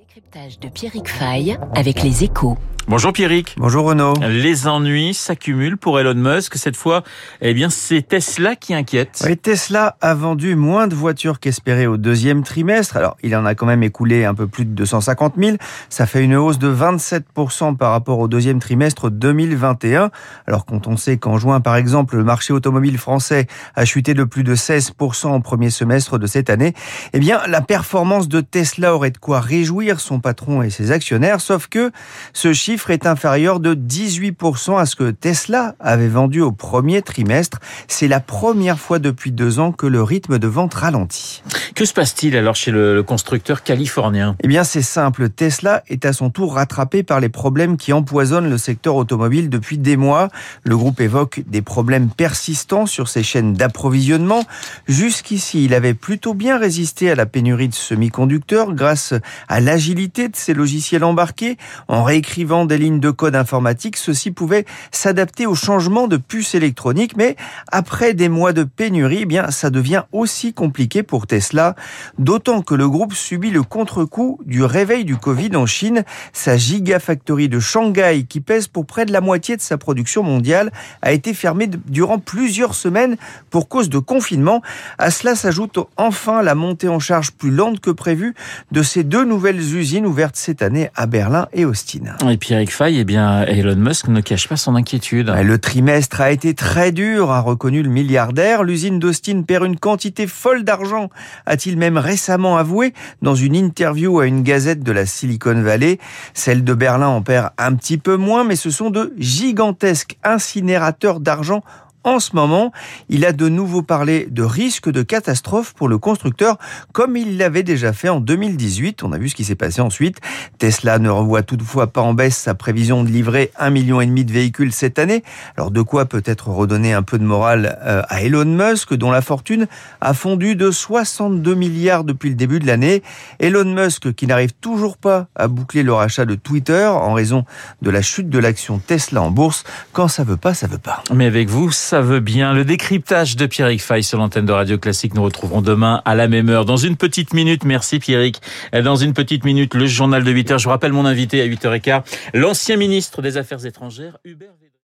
Décryptage de Pierrick Fay avec Les Échos. Bonjour Pierrick. Bonjour Renaud. Les ennuis s'accumulent pour Elon Musk. Cette fois, c'est Tesla qui inquiète. Oui, Tesla a vendu moins de voitures qu'espéré au deuxième trimestre. Alors, il en a quand même écoulé un peu plus de 250 000. Ça fait une hausse de 27% par rapport au deuxième trimestre 2021. Alors, quand on sait qu'en juin, par exemple, le marché automobile français a chuté de plus de 16% au premier semestre de cette année, eh bien, la performance de Tesla aurait de quoi réjouir son patron et ses actionnaires, sauf que ce chiffre est inférieur de 18% à ce que Tesla avait vendu au premier trimestre. C'est la première fois depuis 2 ans que le rythme de vente ralentit. Que se passe-t-il alors chez le constructeur californien ? Eh bien, c'est simple. Tesla est à son tour rattrapé par les problèmes qui empoisonnent le secteur automobile depuis des mois. Le groupe évoque des problèmes persistants sur ses chaînes d'approvisionnement. Jusqu'ici, il avait plutôt bien résisté à la pénurie de semi-conducteurs grâce à l'agilité de ses logiciels embarqués. En réécrivant des lignes de code informatique, ceux-ci pouvaient s'adapter au changement de puces électroniques. Mais après des mois de pénurie, ça devient aussi compliqué pour Tesla. D'autant que le groupe subit le contre-coup du réveil du Covid en Chine. Sa gigafactory de Shanghai, qui pèse pour près de la moitié de sa production mondiale, a été fermée durant plusieurs semaines pour cause de confinement. À cela s'ajoute enfin la montée en charge plus lente que prévue de ces 2 nouvelles usines ouvertes cette année à Berlin et Austin. Et Pierrick Fay, Elon Musk ne cache pas son inquiétude. Le trimestre a été très dur, a reconnu le milliardaire. L'usine d'Austin perd une quantité folle d'argent, a-t-il même récemment avoué dans une interview à une gazette de la Silicon Valley. Celle de Berlin en perd un petit peu moins, mais ce sont de gigantesques incinérateurs d'argent. En ce moment, il a de nouveau parlé de risque de catastrophe pour le constructeur, comme il l'avait déjà fait en 2018. On a vu ce qui s'est passé ensuite. Tesla ne revoit toutefois pas en baisse sa prévision de livrer 1,5 million de véhicules cette année. Alors de quoi peut-être redonner un peu de morale à Elon Musk, dont la fortune a fondu de 62 milliards depuis le début de l'année. Elon Musk qui n'arrive toujours pas à boucler le rachat de Twitter en raison de la chute de l'action Tesla en bourse. Quand ça veut pas, ça veut pas. Mais avec vous, ça veut bien. Le décryptage de Pierrick Fay sur l'antenne de Radio Classique. Nous retrouverons demain à la même heure. Dans une petite minute, merci Pierrick. Dans une petite minute, le journal de 8h. Je vous rappelle mon invité à 8h15, l'ancien ministre des Affaires étrangères, Hubert